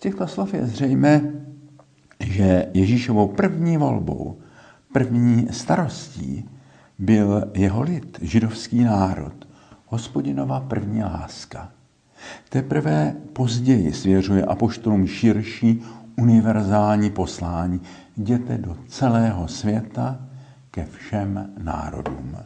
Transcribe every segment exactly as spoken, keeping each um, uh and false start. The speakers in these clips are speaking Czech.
těchto slov je zřejmé, že Ježíšovou první volbou, první starostí byl jeho lid, židovský národ, Hospodinova první láska. Teprve později svěřuje apoštolům širší univerzální poslání: jděte do celého světa ke všem národům.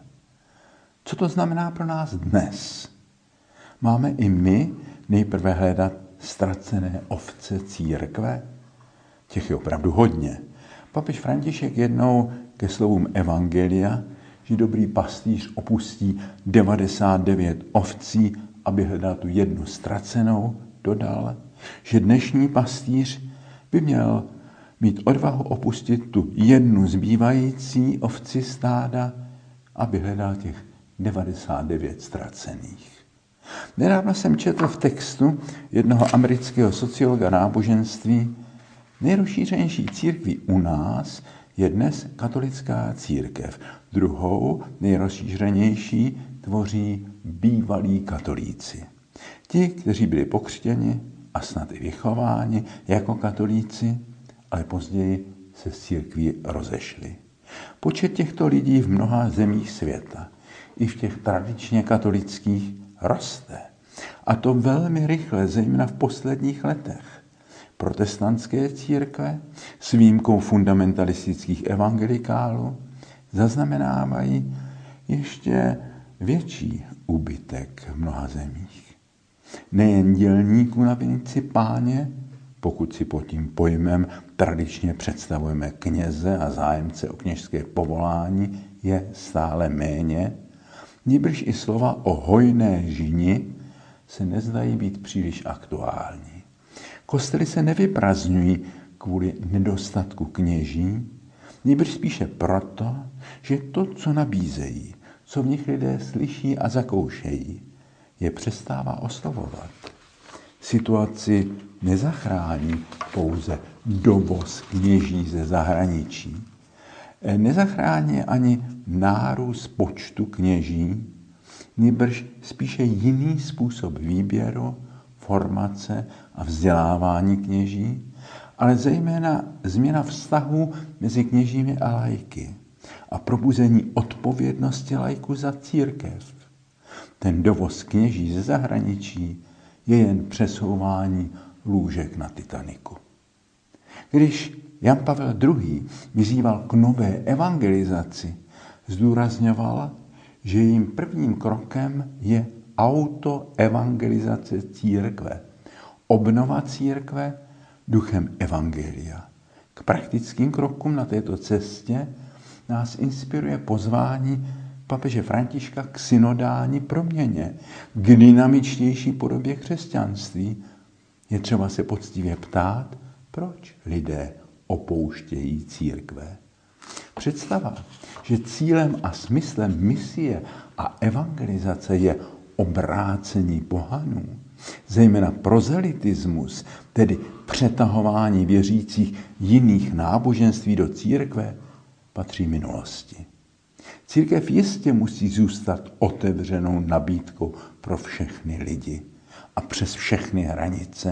Co to znamená pro nás dnes? Máme i my nejprve hledat ztracené ovce církve? Těch je opravdu hodně. Papež František jednou ke slovům evangelia, že dobrý pastýř opustí devadesát devět ovcí, aby hledal tu jednu ztracenou, dodal, že dnešní pastýř by měl mít odvahu opustit tu jednu zbývající ovci stáda, aby hledal těch devadesát devět ztracených. Nedávno jsem četl v textu jednoho amerického sociologa náboženství: nejrozšířenější církví u nás je dnes katolická církev. Druhou nejrozšířenější tvoří bývalí katolíci. Ti, kteří byli pokřtěni a snad i vychováni jako katolíci, ale později se z církví rozešli. Počet těchto lidí v mnoha zemích světa, i v těch tradičně katolických, roste. A to velmi rychle, zejména v posledních letech. Protestantské církve s výjimkou fundamentalistických evangelikálů zaznamenávají ještě větší úbytek v mnoha zemích. Nejen dělníků na vinici Páně, pokud si pod tím pojmem tradičně představujeme kněze a zájemce o kněžské povolání, je stále méně, nýbrž i slova o hojné žini se nezdají být příliš aktuální. Kostely se nevyprazňují kvůli nedostatku kněží, nýbrž spíše proto, že to, co nabízejí, co v nich lidé slyší a zakoušejí, je přestává oslovovat. Situaci nezachrání pouze dovoz kněží ze zahraničí. Nezachrání ani nárůst počtu kněží, nýbrž spíše jiný způsob výběru, formace a vzdělávání kněží, ale zejména změna vztahu mezi kněžími a laiky a probuzení odpovědnosti laiků za církev. Ten dovoz kněží ze zahraničí je jen přesouvání lůžek na Titaniku. Když Jan Pavel druhý. vyzýval k nové evangelizaci, zdůrazňoval, že jejím prvním krokem je autoevangelizace církve, obnova církve duchem evangelia. K praktickým krokům na této cestě nás inspiruje pozvání papeže Františka k synodální proměně, k dynamičtější podobě křesťanství. Je třeba se poctivě ptát, proč lidé opouštějí církve. Představa, že cílem a smyslem misie a evangelizace je obrácení pohanů, zejména prozelitismus, tedy přetahování věřících jiných náboženství do církve, patří minulosti. Církev jistě musí zůstat otevřenou nabídkou pro všechny lidi a přes všechny hranice.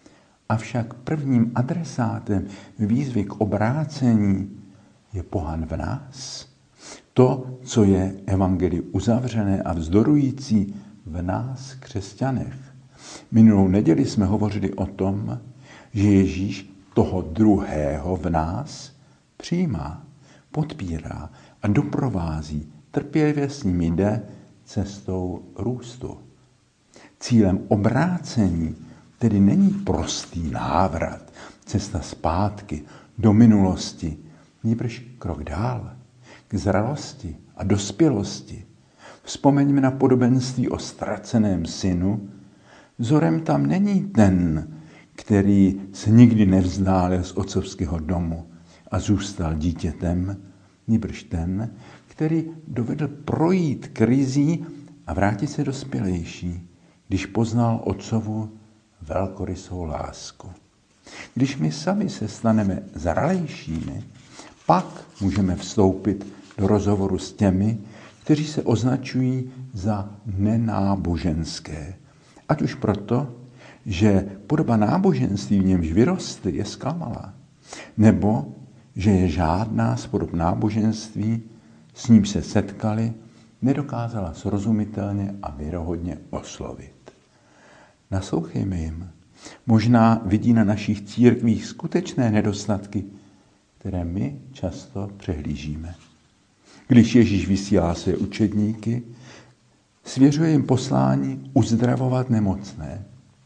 Avšak prvním adresátem výzvy k obrácení je pohan v nás. To, co je evangeliu uzavřené a vzdorující v nás, křesťanech. Minulou neděli jsme hovořili o tom, že Ježíš toho druhého v nás přijímá, podpírá a doprovází, trpělivě s ním jde cestou růstu. Cílem obrácení tedy není prostý návrat, cesta zpátky do minulosti, nýbrž krok dál, k zralosti a dospělosti. Vzpomeňme na podobenství o ztraceném synu. Vzorem tam není ten, který se nikdy nevzdálil z otcovského domu a zůstal dítětem, nýbrž ten, který dovedl projít krizí a vrátit se dospělejší, když poznal otcovu velkorysou lásku. Když my sami se staneme zralejšími, pak můžeme vstoupit do rozhovoru s těmi, kteří se označují za nenáboženské. Ať už proto, že podoba náboženství, v němž vyrostly, je zklamala, nebo že je žádná z podob náboženství, s nímž se setkali, nedokázala srozumitelně a věrohodně oslovit. Naslouchejme jim. Možná vidí na našich církvích skutečné nedostatky, které my často přehlížíme. Když Ježíš vysílá své učedníky, svěřuje jim poslání uzdravovat nemocné.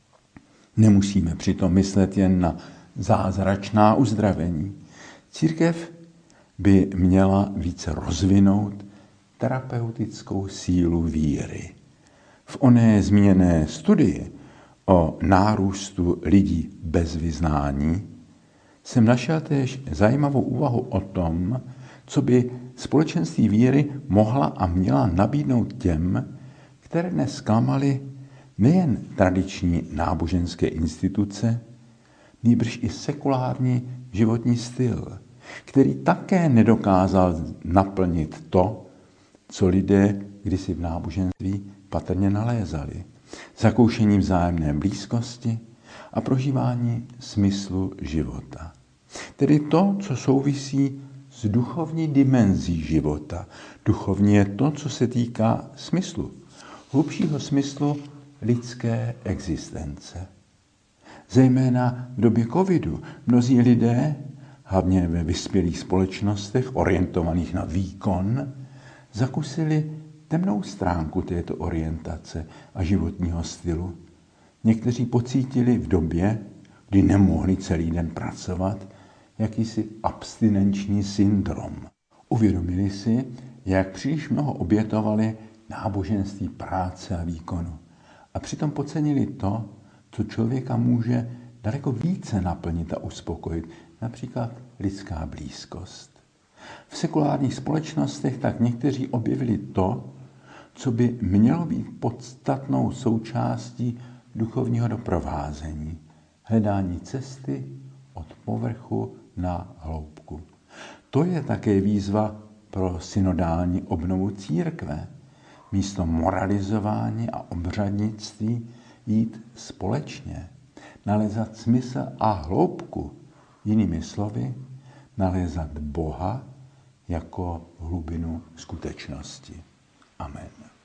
Nemusíme přitom myslet jen na zázračná uzdravení. Církev by měla více rozvinout terapeutickou sílu víry. V oné zmíněné studii o nárůstu lidí bez vyznání jsem našel též zajímavou úvahu o tom, co by společenství víry mohla a měla nabídnout těm, které dnes zklamaly nejen tradiční náboženské instituce, nýbrž i sekulární životní styl, který také nedokázal naplnit to, co lidé kdysi v náboženství patrně nalézali. Zakoušení vzájemné blízkosti a prožívání smyslu života. Tedy to, co souvisí s duchovní dimenzí života. Duchovní je to, co se týká smyslu, hlubšího smyslu lidské existence. Zejména v době covidu mnozí lidé, hlavně ve vyspělých společnostech orientovaných na výkon, zakusili temnou stránku této orientace a životního stylu. Někteří pocítili v době, kdy nemohli celý den pracovat, jakýsi abstinenční syndrom. Uvědomili si, jak příliš mnoho obětovali náboženství práce a výkonu. A přitom podcenili to, co člověka může daleko více naplnit a uspokojit, například lidská blízkost. V sekulárních společnostech tak někteří objevili to, co by mělo být podstatnou součástí duchovního doprovázení, hledání cesty od povrchu na hloubku. To je také výzva pro synodální obnovu církve. Místo moralizování a obřadnictví jít společně, nalézat smysl a hloubku, jinými slovy, nalézat Boha jako hlubinu skutečnosti. Amen.